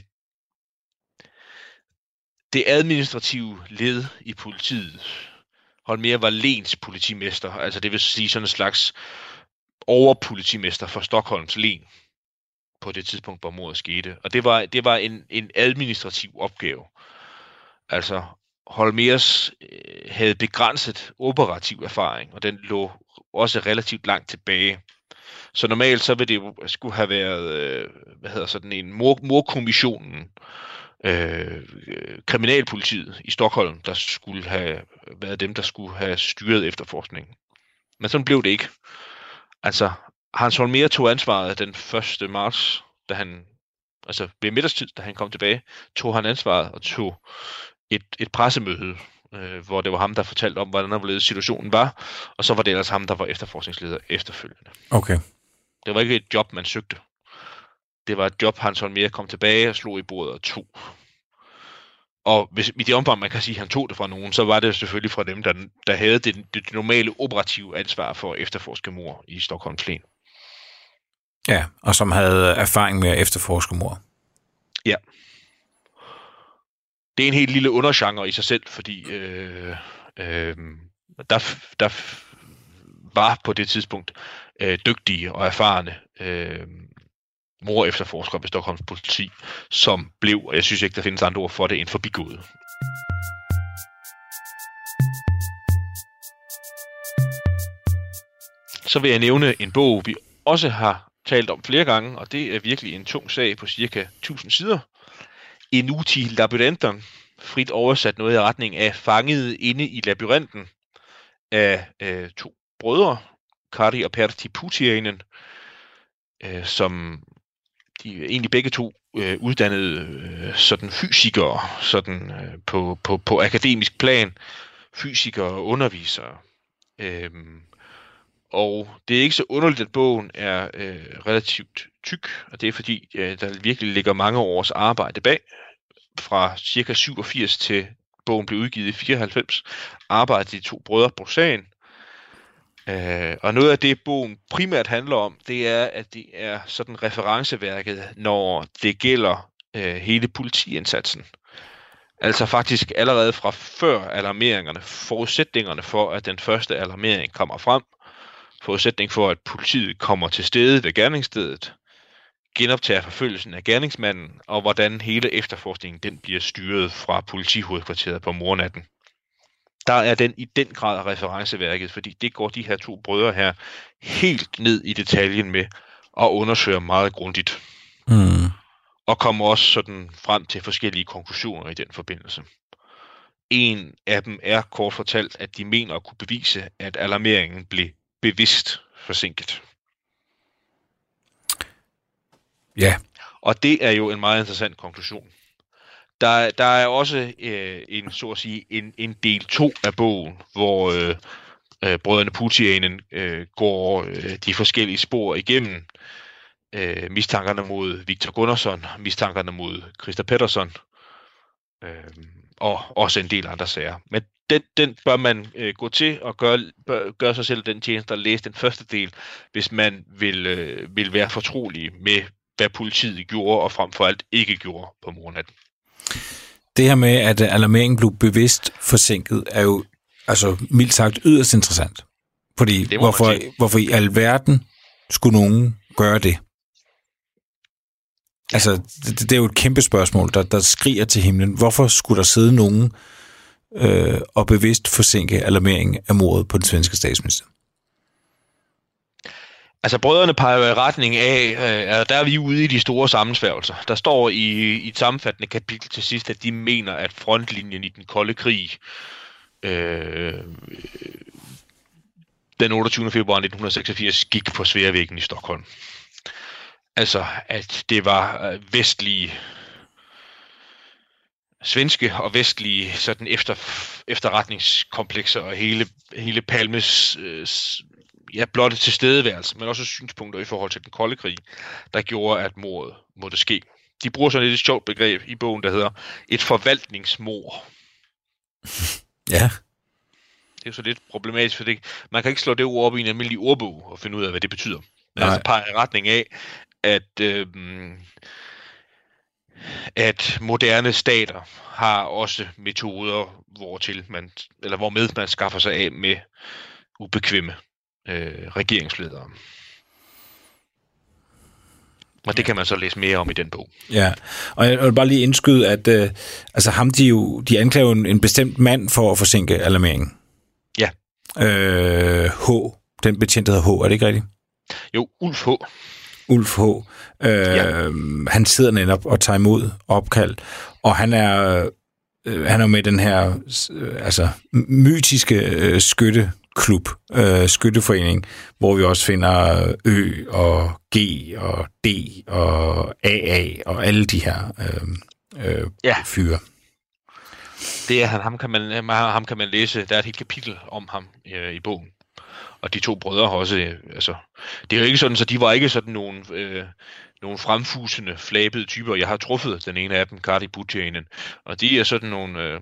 Speaker 4: det administrative led i politiet, Holmér var lens politimester, altså det vil sige sådan en slags overpolitimester for Stockholms len, på det tidspunkt, hvor mordet skete. Og det var, det var en, en administrativ opgave. Altså, Holmérs øh, havde begrænset operativ erfaring, og den lå også relativt langt tilbage. Så normalt så ville det jo skulle have været, øh, hvad hedder sådan en mor, morkommissionen, øh, kriminalpolitiet i Stockholm, der skulle have været dem, der skulle have styret efterforskningen. Men sådan blev det ikke. Altså, Hans Holmér tog ansvaret den første marts, da han, altså ved middagstid, da han kom tilbage, tog han ansvaret og tog et, et pressemøde, øh, hvor det var ham, der fortalte om, hvordan og hvorledes situationen var, og så var det ellers ham, der var efterforskningsleder efterfølgende.
Speaker 1: Okay.
Speaker 4: Det var ikke et job, man søgte. Det var et job, Hans Holmér kom tilbage og slog i bordet og tog. Og hvis i det omfang, man kan sige, at han tog det fra nogen, så var det selvfølgelig fra dem, der, der havde det, det normale operative ansvar for at efterforske mord i Stockholms len.
Speaker 1: Ja, og som havde erfaring med at efterforske mord.
Speaker 4: Ja. Det er en helt lille undergenre i sig selv, fordi øh, øh, der, der var på det tidspunkt øh, dygtige og erfarne øh, mor efterforskere ved Stockholms politi, som blev, og jeg synes ikke, der findes andre ord for det, en forbigået. Så vil jeg nævne en bog, vi også har talt om flere gange, og det er virkelig en tung sag på cirka tusind sider. Inuti labyrinten, frit oversat noget i retning af fanget inde i labyrinten af øh, to brødre, Kari og Pertti Puutiainen, øh, som de er egentlig begge to øh, uddannede øh, sådan fysikere, sådan øh, på, på, på akademisk plan, fysikere og undervisere. Øh, Og det er ikke så underligt, at bogen er øh, relativt tyk, og det er fordi, øh, der virkelig ligger mange års arbejde bag. Fra cirka syvogfirs til bogen blev udgivet i fireoghalvfems, arbejdede de to brødre på sagen. Øh, og noget af det, bogen primært handler om, det er, at det er sådan referenceværket, når det gælder øh, hele politiindsatsen. Altså faktisk allerede fra før alarmeringerne, forudsætningerne for, at den første alarmering kommer frem, forudsætning for, at politiet kommer til stede ved gerningsstedet, genoptager forfølgelsen af gerningsmanden, og hvordan hele efterforskningen den bliver styret fra politihovedkvarteret på mordnatten. Der er den i den grad referenceværket, fordi det går de her to brødre her helt ned i detaljen med og undersøger meget grundigt.
Speaker 1: Mm.
Speaker 4: Og kommer også sådan frem til forskellige konklusioner i den forbindelse. En af dem er kort fortalt, at de mener at kunne bevise, at alarmeringen blev bevidst forsinket.
Speaker 1: Ja.
Speaker 4: Og det er jo en meget interessant konklusion. Der, der er også øh, en, så at sige, en, en del to af bogen, hvor øh, øh, brødrene Puutiainen øh, går øh, de forskellige spor igennem. Øh, mistankerne mod Victor Gunnarsson, mistankerne mod Christer Pettersson, øh, og også en del andre sager. Men den, den bør man øh, gå til og gøre, bør, gøre sig selv den tjeneste at læse den første del, hvis man vil, øh, vil være fortrolig med, hvad politiet gjorde, og frem for alt ikke gjorde på mordnatten.
Speaker 1: Det her med, at alarmeringen blev bevidst forsinket, er jo altså mildt sagt yderst interessant. Fordi hvorfor, hvorfor i alverden skulle nogen gøre det? Altså, det, det er jo et kæmpe spørgsmål, der, der skriger til himlen. Hvorfor skulle der sidde nogen øh, og bevidst forsinke alarmeringen af mordet på den svenske statsminister?
Speaker 4: Altså, brødrene peger i retning af, øh, der er vi ude i de store sammensværgelser. Der står i, i et sammenfattende kapitel til sidst, at de mener, at frontlinjen i den kolde krig øh, den otteogtyvende februar nitten seksogfirs gik på Sværvæggen i Stockholm. Altså, at det var vestlige, svenske og vestlige sådan efter, efterretningskomplekser og hele, hele Palmes øh, ja, blotte tilstedeværelse, men også synspunkter i forhold til den kolde krig, der gjorde, at mordet måtte ske. De bruger sådan et sjovt begreb i bogen, der hedder et forvaltningsmord.
Speaker 1: Ja.
Speaker 4: Det er jo så lidt problematisk, for det, man kan ikke slå det ord op i en almindelig ordbog og finde ud af, hvad det betyder. Men altså peger i retning af, at, øh, at moderne stater har også metoder, hvortil man, eller hvormed man skaffer sig af med ubekvemme øh, regeringsledere. Og det kan man så læse mere om i den bog.
Speaker 1: Ja, og jeg vil bare lige indskyde, at øh, altså ham, de, jo, de anklager en, en bestemt mand for at forsinke alarmeringen.
Speaker 4: Ja.
Speaker 1: Øh, H, den betjente hedder H, er det ikke rigtigt?
Speaker 4: Jo, Ulf H.
Speaker 1: Ulf H. Øh, ja. Han sidder netop og tager imod opkald, og han er, øh, han er med den her øh, altså, mytiske øh, skytteklub, øh, skytteforening, hvor vi også finder Ø og G og D og A A og alle de her øh, øh,
Speaker 4: ja.
Speaker 1: fyre.
Speaker 4: Det er han, ham kan man, ham kan man læse, der er et helt kapitel om ham øh, i bogen. Og de to brødre har også, øh, altså, det er jo ikke sådan, så de var ikke sådan nogle, øh, nogle fremfusende, flabede typer. Jeg har truffet den ene af dem, Kari Butjenen, og de er sådan nogle, øh,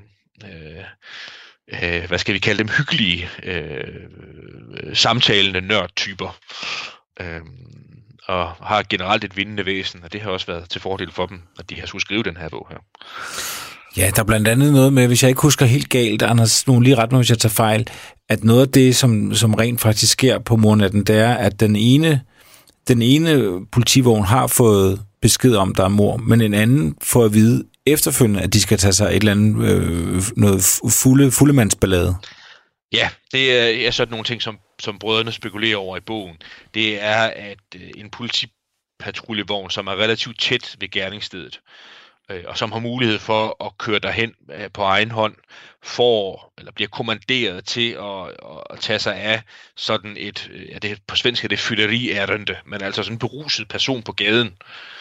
Speaker 4: øh, hvad skal vi kalde dem, hyggelige, øh, samtalende nørdtyper. Øh, og har generelt et vindende væsen, og det har også været til fordel for dem, at de har skulle skrive den her bog her.
Speaker 1: Ja, der er blandt andet noget med, hvis jeg ikke husker helt galt, Anders, nu lige ret mig, hvis jeg tager fejl, at noget af det, som, som rent faktisk sker på mordnatten, det er, at den ene, den ene politivogn har fået besked om, der er mord, men en anden får at vide efterfølgende, at de skal tage sig et eller andet øh, noget fulde, fuldemandsballade.
Speaker 4: Ja, det er sådan nogle ting, som, som brødrene spekulerer over i bogen. Det er, at en politipatruljevogn, som er relativt tæt ved gerningsstedet, og som har mulighed for at køre derhen på egen hånd, får, eller bliver kommanderet til at, at tage sig af sådan et, ja, det, på svensk er det fylleri-ærende, men altså sådan en beruset person på gaden.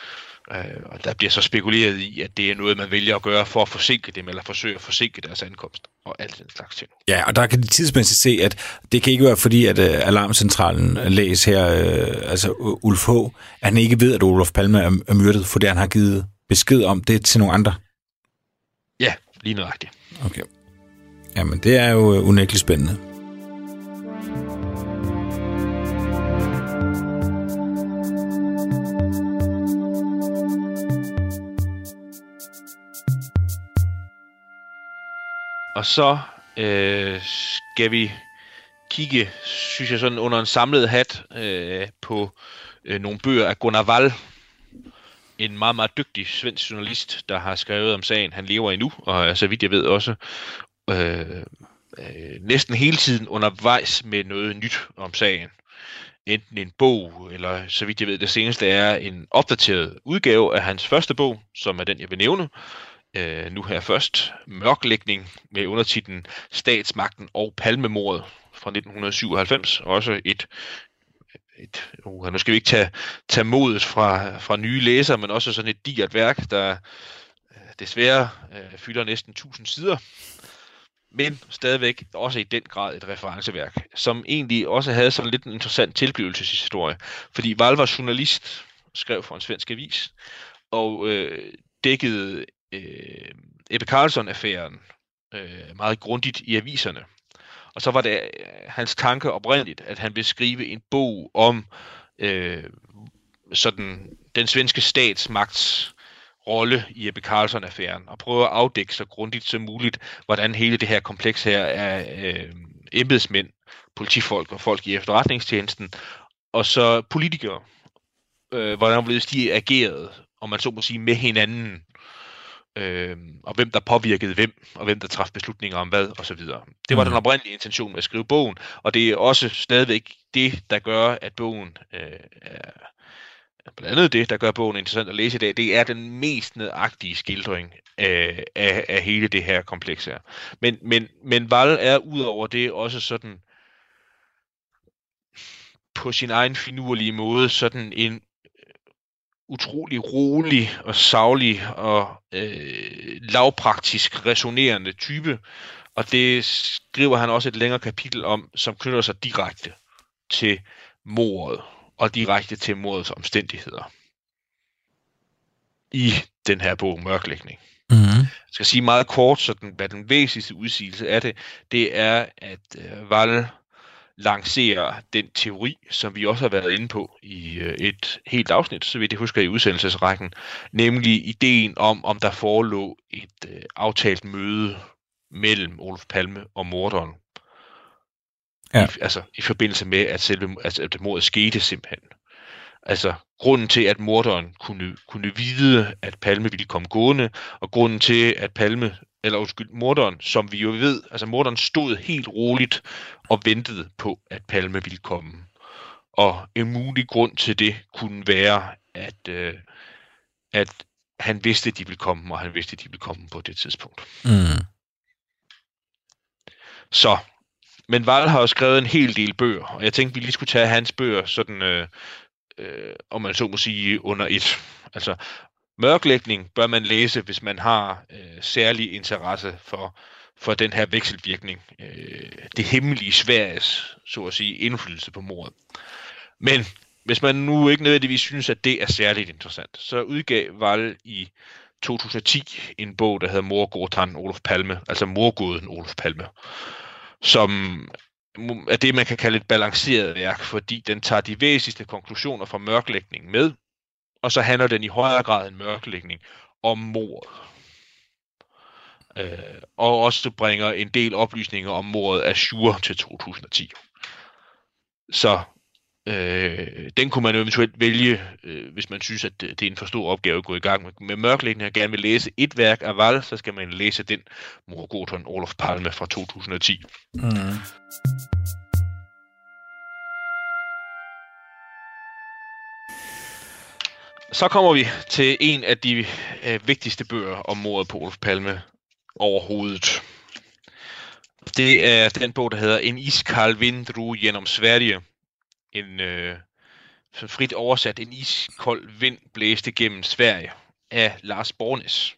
Speaker 4: Og der bliver så spekuleret i, at det er noget, man vælger at gøre for at forsinke dem, eller forsøge at forsinke deres ankomst, og alt den slags ting.
Speaker 1: Ja, og der kan de tidsmæssigt se, at det kan ikke være fordi, at uh, alarmcentralen læs her, uh, altså uh, Ulf H., at han ikke ved, at Olof Palme er, er myrdet, fordi han har givet besked om det til nogle andre.
Speaker 4: Ja, lige nøjagtigt.
Speaker 1: Okay. Jamen, det er jo unægteligt spændende.
Speaker 4: Og så øh, skal vi kigge, synes jeg, sådan under en samlet hat øh, på øh, nogle bøger af Gunnar Wall, en meget, meget dygtig svensk journalist, der har skrevet om sagen. Han lever endnu, og så vidt jeg ved også øh, øh, næsten hele tiden undervejs med noget nyt om sagen. Enten en bog, eller så vidt jeg ved, det seneste er en opdateret udgave af hans første bog, som er den, jeg vil nævne. Øh, nu her først, Mørklægning med undertitlen Statsmagten og Palmemordet fra nitten syvoghalvfems. Også et, et uh, nu skal vi ikke tage, tage modet fra, fra nye læsere, men også sådan et digert værk, der øh, desværre øh, fylder næsten tusind sider. Men stadigvæk også i den grad et referenceværk, som egentlig også havde sådan lidt en interessant tilblivelseshistorie. Fordi Wall var journalist, skrev for en svensk avis, og øh, dækkede Øh, Ebbe Carlsson-affæren øh, meget grundigt i aviserne. Og så var det øh, hans tanke oprindeligt, at han ville skrive en bog om øh, sådan den svenske statsmagts rolle i Ebbe Carlsson-affæren, og prøve at afdække så grundigt som muligt, hvordan hele det her kompleks her er øh, embedsmænd, politifolk og folk i efterretningstjenesten, og så politikere, øh, hvordan de agerede om man så må sige, med hinanden. Øh, og hvem der påvirkede hvem, og hvem der træffede beslutninger om hvad, og så videre. Det var mm. den oprindelige intention med at skrive bogen, og det er også stadigvæk det, der gør, at bogen øh, er blandt andet det, der gør bogen interessant at læse i dag. Det er den mest nøjagtige skildring af, af, af hele det her kompleks her. Men, men, men Wall er udover det også sådan på sin egen finurlige måde sådan en utrolig rolig og saglig og øh, lavpraktisk resonerende type, og det skriver han også et længere kapitel om, som knytter sig direkte til mordet og direkte til mordets omstændigheder i den her bog Mørklægning. Mm-hmm. Jeg skal sige meget kort, så den, hvad den væsentligste udsigelse af det, det er, at øh, Wall lancerer den teori, som vi også har været inde på i øh, et helt afsnit, så vidt jeg husker i udsendelsesrækken, nemlig ideen om, om der forelå et øh, aftalt møde mellem Olof Palme og morderen. Ja. I, altså i forbindelse med, at selve altså, at mordet skete simpelthen. Altså grunden til, at morderen kunne, kunne vide, at Palme ville komme gående, og grunden til, at Palme eller undskyld, morderen, som vi jo ved, altså morderen stod helt roligt og ventede på, at Palme ville komme. Og en mulig grund til det kunne være, at, øh, at han vidste, at de ville komme, og han vidste, at de ville komme på det tidspunkt. Mm. Så, men Wall har jo skrevet en hel del bøger, og jeg tænkte, vi lige skulle tage hans bøger, sådan, øh, øh, om man så må sige, under et. Altså, Mørklægning bør man læse, hvis man har øh, særlig interesse for, for den her vekselvirkning. Øh, det hemmelige Sveriges, så at sige, indflydelse på mordet. Men hvis man nu ikke nødvendigvis synes, at det er særligt interessant, så udgav Wall i to tusind og ti en bog, der hedder Mordgåtan Olof Palme, altså Mordgåden Olof Palme, som er det, man kan kalde et balanceret værk, fordi den tager de væsentligste konklusioner fra mørklægningen med, og så handler den i højere grad en mørklægning om mordet. Øh, og også bringer en del oplysninger om mordet af Schur til to tusind og ti. Så øh, den kunne man eventuelt vælge, øh, hvis man synes, at det er en for stor opgave at gå i gang med. Med mørklægning og gerne vil læse et værk af Wall, så skal man læse den Mordgåtan Olof Palme fra to tusind og ti. Mm. Så kommer vi til en af de øh, vigtigste bøger om mordet på Olof Palme overhovedet. Det er den bog, der hedder En iskald vind drog gennem Sverige. En øh, frit oversat, en iskold vind blæste gennem Sverige af Lars Bornes.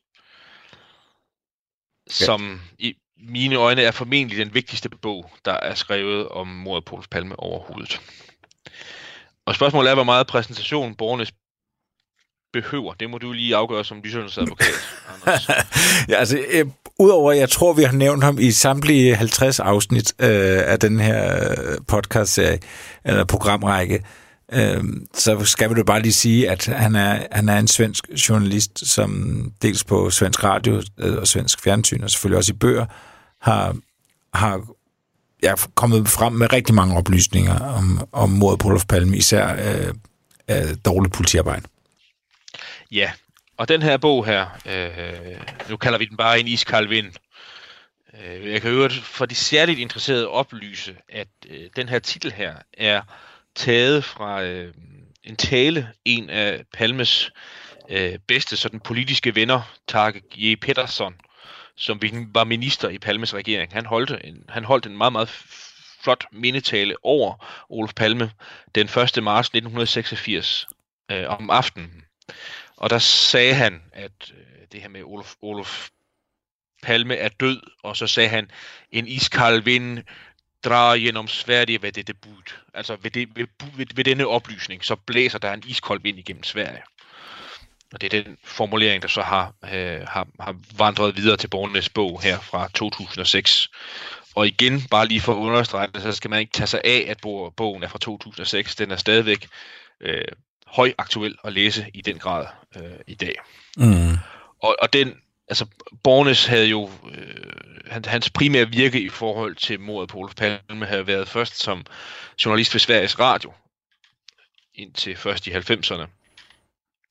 Speaker 4: Som i mine øjne er formentlig den vigtigste bog, der er skrevet om mordet på Olof Palme overhovedet. Og spørgsmålet er, hvor meget præsentation Bornes behøver. Det må du lige afgøre som lysernes advokat, Anders.
Speaker 1: Ja, altså, øh, udover, jeg tror, vi har nævnt ham i samtlige halvtreds afsnit øh, af den her podcast-serie, eller programrække, øh, så skal vi jo bare lige sige, at han er, han er en svensk journalist, som dels på svensk radio øh, og svensk fjernsyn, og selvfølgelig også i bøger, har, har ja, kommet frem med rigtig mange oplysninger om, om mordet på Olof Palme, især øh, øh, dårligt politiarbejde.
Speaker 4: Ja, og den her bog her, øh, nu kalder vi den bare En iskald vind. Øh, jeg kan jo for de særligt interesserede oplyse, at øh, den her titel her er taget fra øh, en tale, en af Palmes øh, bedste sådan politiske venner, Tage J. Pettersson, som var minister i Palmes regering. Han holdt en, han holdt en meget, meget flot mindetale over Olof Palme den første marts nitten seksogfirs øh, om aftenen. Og der sagde han, at øh, det her med Olof, Olof Palme er død, og så sagde han, en iskald vind drar gennem Sverige ved dette bud. Altså ved, det, ved, ved, ved denne oplysning, så blæser der en iskold vind igennem Sverige. Og det er den formulering, der så har, øh, har, har vandret videre til Bornes bog her fra to tusind og seks. Og igen, bare lige for at understrege det, så skal man ikke tage sig af, at bogen er fra to tusind og seks. Den er stadigvæk øh, højaktuel at læse i den grad øh, i dag. Mm. Og, og den, altså Bornes havde jo, øh, han, hans primære virke i forhold til mordet på Olof Palme havde været først som journalist ved Sveriges Radio, indtil først i halvfemserne.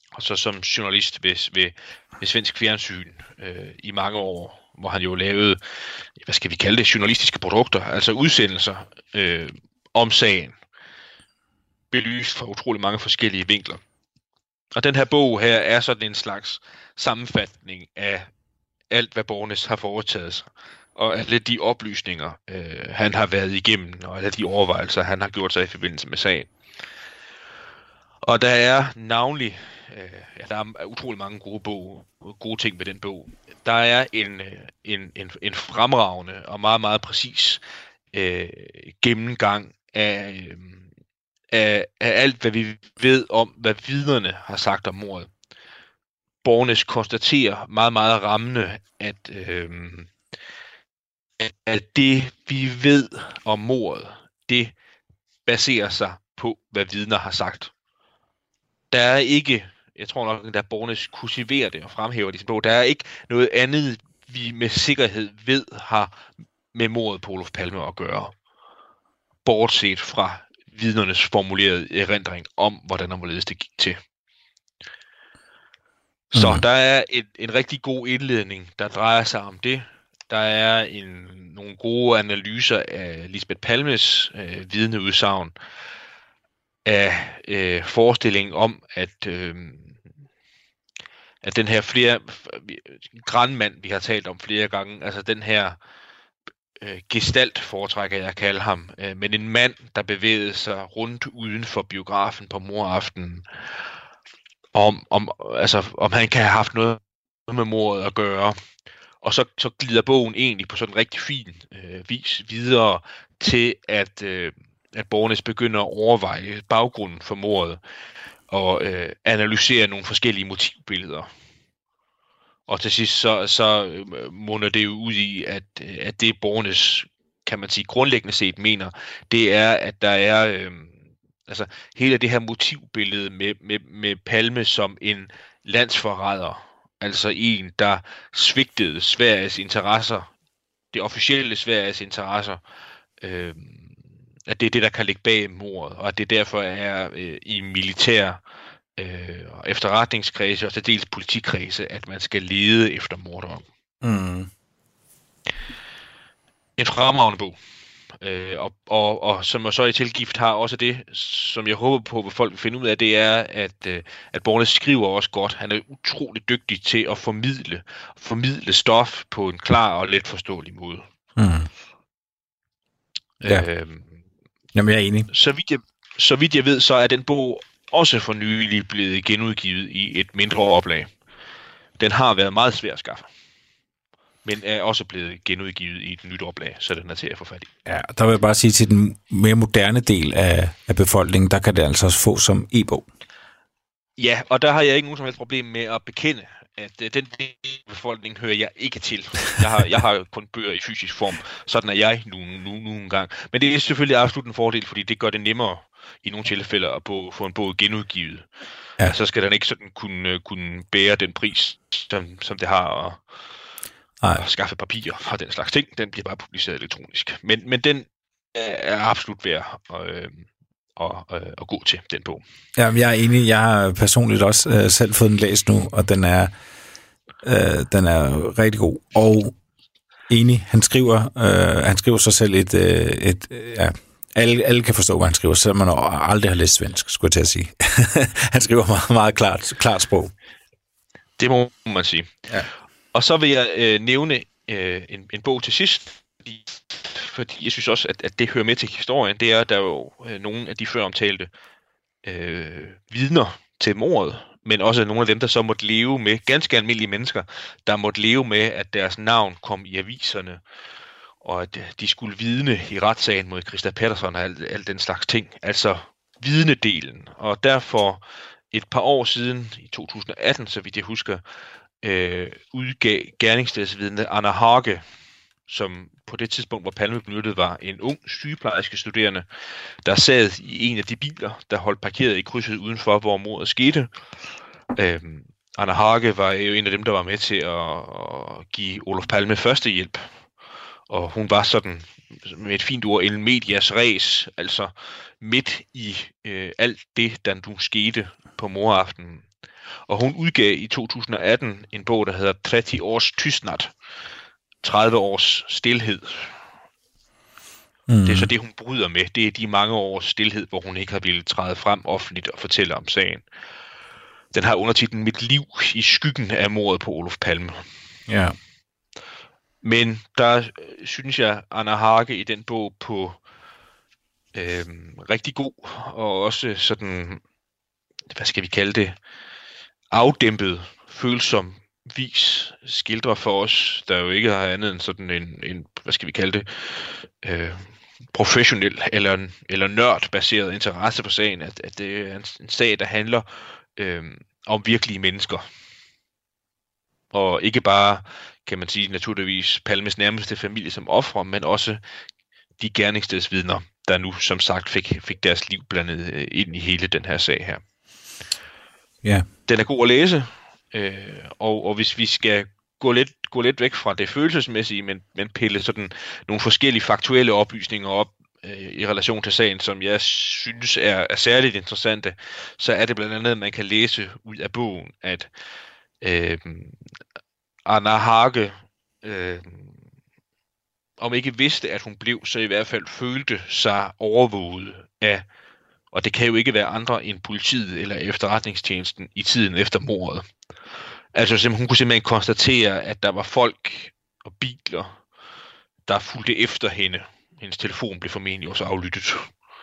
Speaker 4: og så som journalist ved, ved, ved Svensk Fjernsyn øh, i mange år, hvor han jo lavede, hvad skal vi kalde det, journalistiske produkter, altså udsendelser øh, om sagen, belyst fra utrolig mange forskellige vinkler. Og den her bog her er sådan en slags sammenfatning af alt, hvad Bornes har foretaget sig, og alle de oplysninger, øh, han har været igennem, og alle de overvejelser, han har gjort sig i forbindelse med sagen. Og der er navnlig, øh, ja, der er utrolig mange gode, bog, gode ting ved den bog. Der er en, en, en, en fremragende og meget, meget præcis øh, gennemgang af, øh, af, af alt, hvad vi ved om, hvad vidnerne har sagt om mordet. Bornes konstaterer meget, meget rammende, at, øh, at det, vi ved om mordet, det baserer sig på, hvad vidner har sagt. Der er ikke, jeg tror nok, at Bornes kursiverer det og fremhæver det i sin bog, der er ikke noget andet, vi med sikkerhed ved har med mordet på Olof Palme at gøre. Bortset fra vidnernes formulerede erindring om, hvordan og hvorledes det gik til. Så mm. der er et, en rigtig god indledning, der drejer sig om det. Der er en, nogle gode analyser af Lisbeth Palmes øh, vidneudsagn, af øh, forestillingen om, at, øh, at den her flere grandmand, vi har talt om flere gange, altså den her øh, gestalt, foretrækker jeg at kalde ham, øh, men en mand, der bevægede sig rundt uden for biografen på moraftenen, om, om, altså, om han kan have haft noget med mordet at gøre. Og så, så glider bogen egentlig på sådan en rigtig fin øh, vis videre til, at, øh, at Bornes begynder at overveje baggrunden for mordet og øh, analysere nogle forskellige motivbilleder. Og til sidst så, så øh, munder det jo ud i, at, at det Bornes, kan man sige, grundlæggende set mener, det er, at der er øh, altså hele det her motivbillede med, med, med Palme som en landsforræder. Altså en, der svigtede Sveriges interesser, det officielle Sveriges interesser, øh, at det er det, der kan ligge bag mordet, og at det derfor er øh, i militær øh, efterretningskredse og til dels politikredse, at man skal lede efter morderen. Mm. En fremragende bog. Øh, og, og, og som jeg så i tilgift har også det, som jeg håber på, at folk vil finde ud af, det er, at, øh, at Bornes skriver også godt. Han er utrolig dygtig til at formidle, formidle stof på en klar og let forståelig måde. Mm.
Speaker 1: Ja. Øh, Jamen, jeg er enig.
Speaker 4: Så vidt jeg, så vidt jeg ved, så er den bog også for nylig blevet genudgivet i et mindre oplag. Den har været meget svær at skaffe, men er også blevet genudgivet i et nyt oplag, så den er til at få fat i.
Speaker 1: Ja, der vil jeg bare sige, til den mere moderne del af, af befolkningen, der kan det altså også få som e-bog.
Speaker 4: Ja, og der har jeg ikke nogen som helst problem med at bekende, at uh, den del af befolkningen hører jeg ikke til. Jeg har, jeg har kun bøger i fysisk form. Sådan er jeg nu, nu, nu en gang. Men det er selvfølgelig absolut en fordel, fordi det gør det nemmere i nogle tilfælde at få en bog genudgivet. Ja. Så skal den ikke sådan kunne, kunne bære den pris, som, som det har at, at skaffe papir og den slags ting. Den bliver bare publiceret elektronisk. Men, men den er absolut værd at, og, og, og gå til, den bog.
Speaker 1: Ja, jeg er enig. Jeg har personligt også øh, selv fået den læst nu, og den er, øh, den er rigtig god. Og enig, han skriver, øh, han skriver sig selv et, øh, et øh, ja, alle, alle kan forstå, hvad han skriver, selvom man aldrig har læst svensk, skulle jeg til at sige. Han skriver meget, meget klart, klart sprog.
Speaker 4: Det må man sige. Ja. Og så vil jeg øh, nævne øh, en, en bog til sidst, fordi, fordi jeg synes også, at, at det hører med til historien. Det er, at der er jo øh, nogle af de før omtalte øh, vidner til mordet, men også nogle af dem, der så måtte leve med, ganske almindelige mennesker, der måtte leve med, at deres navn kom i aviserne, og at de skulle vidne i retssagen mod Christa Pettersson og alt, alt den slags ting. Altså vidnedelen. Og derfor et par år siden, i to tusind og atten, så vidt jeg husker, øh, udgav gerningsstedsvidne Anna Hage, som på det tidspunkt, hvor Palme benyttede, var en ung sygeplejerske studerende, der sad i en af de biler, der holdt parkeret i krydset udenfor, hvor mordet skete. Øh, Anna Hage var jo en af dem, der var med til at, at give Olof Palme førstehjælp. Og hun var sådan, med et fint ord, en medias res, altså midt i øh, alt det, der nu skete på moraftenen. Og hun udgav i to tusind og atten en bog, der hedder tretti års tystnad, tredive års stilhed. Mm. Det er så det, hun bryder med. Det er de mange års stilhed, hvor hun ikke har ville træde frem offentligt og fortælle om sagen. Den har undertitlen Mit liv i skyggen af mordet på Olof Palme.
Speaker 1: Ja.
Speaker 4: Men der synes jeg, Anna Hage i den bog på øh, rigtig god og også sådan, hvad skal vi kalde det, afdæmpet, følsom vis skildrer for os, der jo ikke har andet end sådan en, en hvad skal vi kalde det, øh, professionel eller, eller nørd-baseret interesse for sagen, at, at det er en, en sag, der handler øh, om virkelige mennesker. Og ikke bare, kan man sige, naturligvis Palmes nærmeste familie som ofre, men også de gerningsstedsvidner, der nu som sagt fik, fik deres liv blandet ind i hele den her sag her.
Speaker 1: Ja.
Speaker 4: Den er god at læse, øh, og, og hvis vi skal gå lidt, gå lidt væk fra det følelsesmæssige, men, men pille sådan nogle forskellige faktuelle oplysninger op øh, i relation til sagen, som jeg synes er, er særligt interessante, så er det blandt andet, at man kan læse ud af bogen, at øh, Anna Hage øh, om ikke vidste, at hun blev, så i hvert fald følte sig overvåget af, og det kan jo ikke være andre end politiet eller efterretningstjenesten i tiden efter mordet. Altså hun kunne simpelthen konstatere, at der var folk og biler, der fulgte efter hende. Hendes telefon blev formentlig også aflyttet.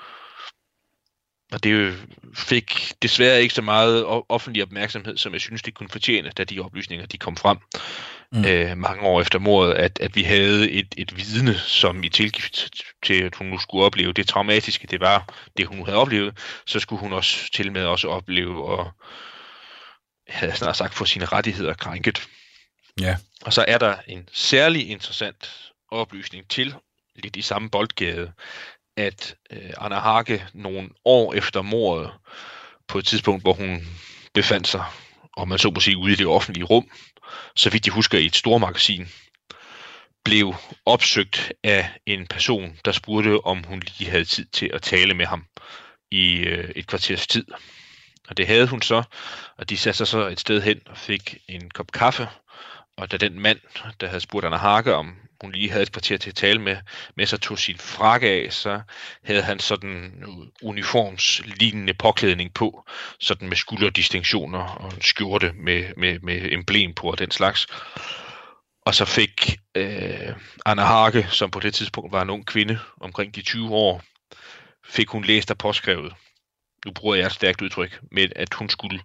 Speaker 4: Og det fik desværre ikke så meget offentlig opmærksomhed, som jeg synes, det kunne fortjene, da de oplysninger de kom frem mm. øh, mange år efter mordet, at, at vi havde et, et vidne, som i tilgift til, at hun nu skulle opleve det traumatiske, det var det, hun havde oplevet, så skulle hun også til med også opleve og havde snart sagt få sine rettigheder krænket.
Speaker 1: Ja.
Speaker 4: Og så er der en særlig interessant oplysning til, lidt i samme boldgade, at øh, Anna Hage nogle år efter mordet, på et tidspunkt, hvor hun befandt sig, og man så må sige, ude i det offentlige rum, så vidt jeg husker i et stormagasin, blev opsøgt af en person, der spurgte, om hun lige havde tid til at tale med ham i øh, et kvarters tid. Og det havde hun så, og de satte sig så et sted hen og fik en kop kaffe, og da den mand, der havde spurgt Anna Hage, om hun lige havde et kvarter til at tale med, med sig tog sin frakke af, så havde han sådan uniformslignende påklædning på, sådan med skulderdistinktioner og en skjorte med, med, med emblem på og den slags. Og så fik øh, Anna Hage, som på det tidspunkt var en ung kvinde, omkring de tyve år, fik hun læst og påskrevet, nu bruger jeg et stærkt udtryk, med at hun skulle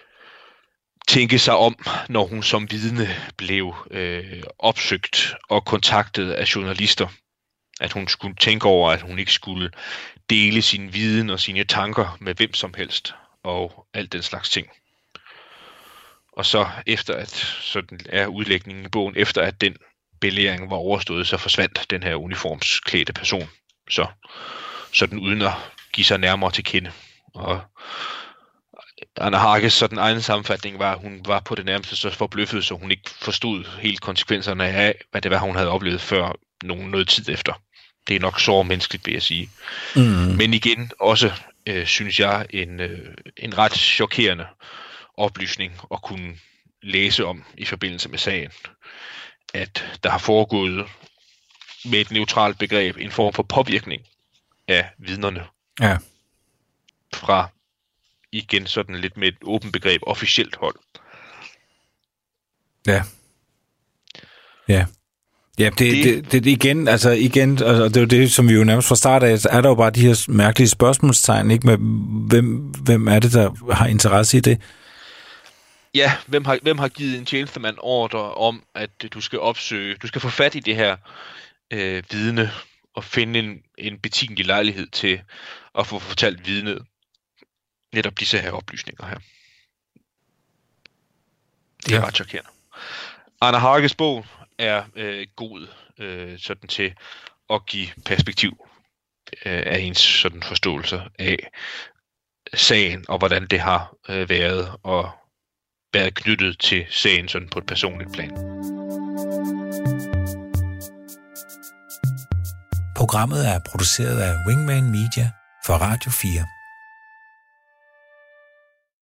Speaker 4: tænke sig om, når hun som vidne blev øh, opsøgt og kontaktet af journalister. At hun skulle tænke over, at hun ikke skulle dele sin viden og sine tanker med hvem som helst, og alt den slags ting. Og så efter at, sådan er udlægningen i bogen, efter at den belæring var overstået, så forsvandt den her uniformsklædte person. Så sådan uden at give sig nærmere til kende. Og Anna Hages sådan egen sammenfatning var, at hun var på det nærmeste så forbløffet, så hun ikke forstod helt konsekvenserne af, hvad det var, hun havde oplevet før nogen noget tid efter. Det er nok så menneskeligt, vil jeg sige. Mm. Men igen, også øh, synes jeg, en, øh, en ret chokerende oplysning at kunne læse om i forbindelse med sagen. At der har foregået med et neutralt begreb en form for påvirkning af vidnerne.
Speaker 1: Ja.
Speaker 4: Fra igen sådan lidt med et åbent begreb, officielt hold.
Speaker 1: Ja. Ja. Ja, det, det, det, det igen, altså igen, altså det er jo det, som vi jo nærmest fra start af, så er der jo bare de her mærkelige spørgsmålstegn, ikke, med hvem, hvem er det, der har interesse i det?
Speaker 4: Ja, hvem har, hvem har givet en tjenestemand ordre om, at du skal opsøge, du skal få fat i det her øh, vidne, og finde en, en betingelig lejlighed til at få fortalt vidnet netop disse her oplysninger her. Det er ja. ret chokerende. Anna Hages bog er øh, god øh, sådan til at give perspektiv øh, af ens sådan forståelse af sagen, og hvordan det har øh, været og været knyttet til sagen sådan på et personligt plan.
Speaker 1: Programmet er produceret af Wingman Media for Radio fire.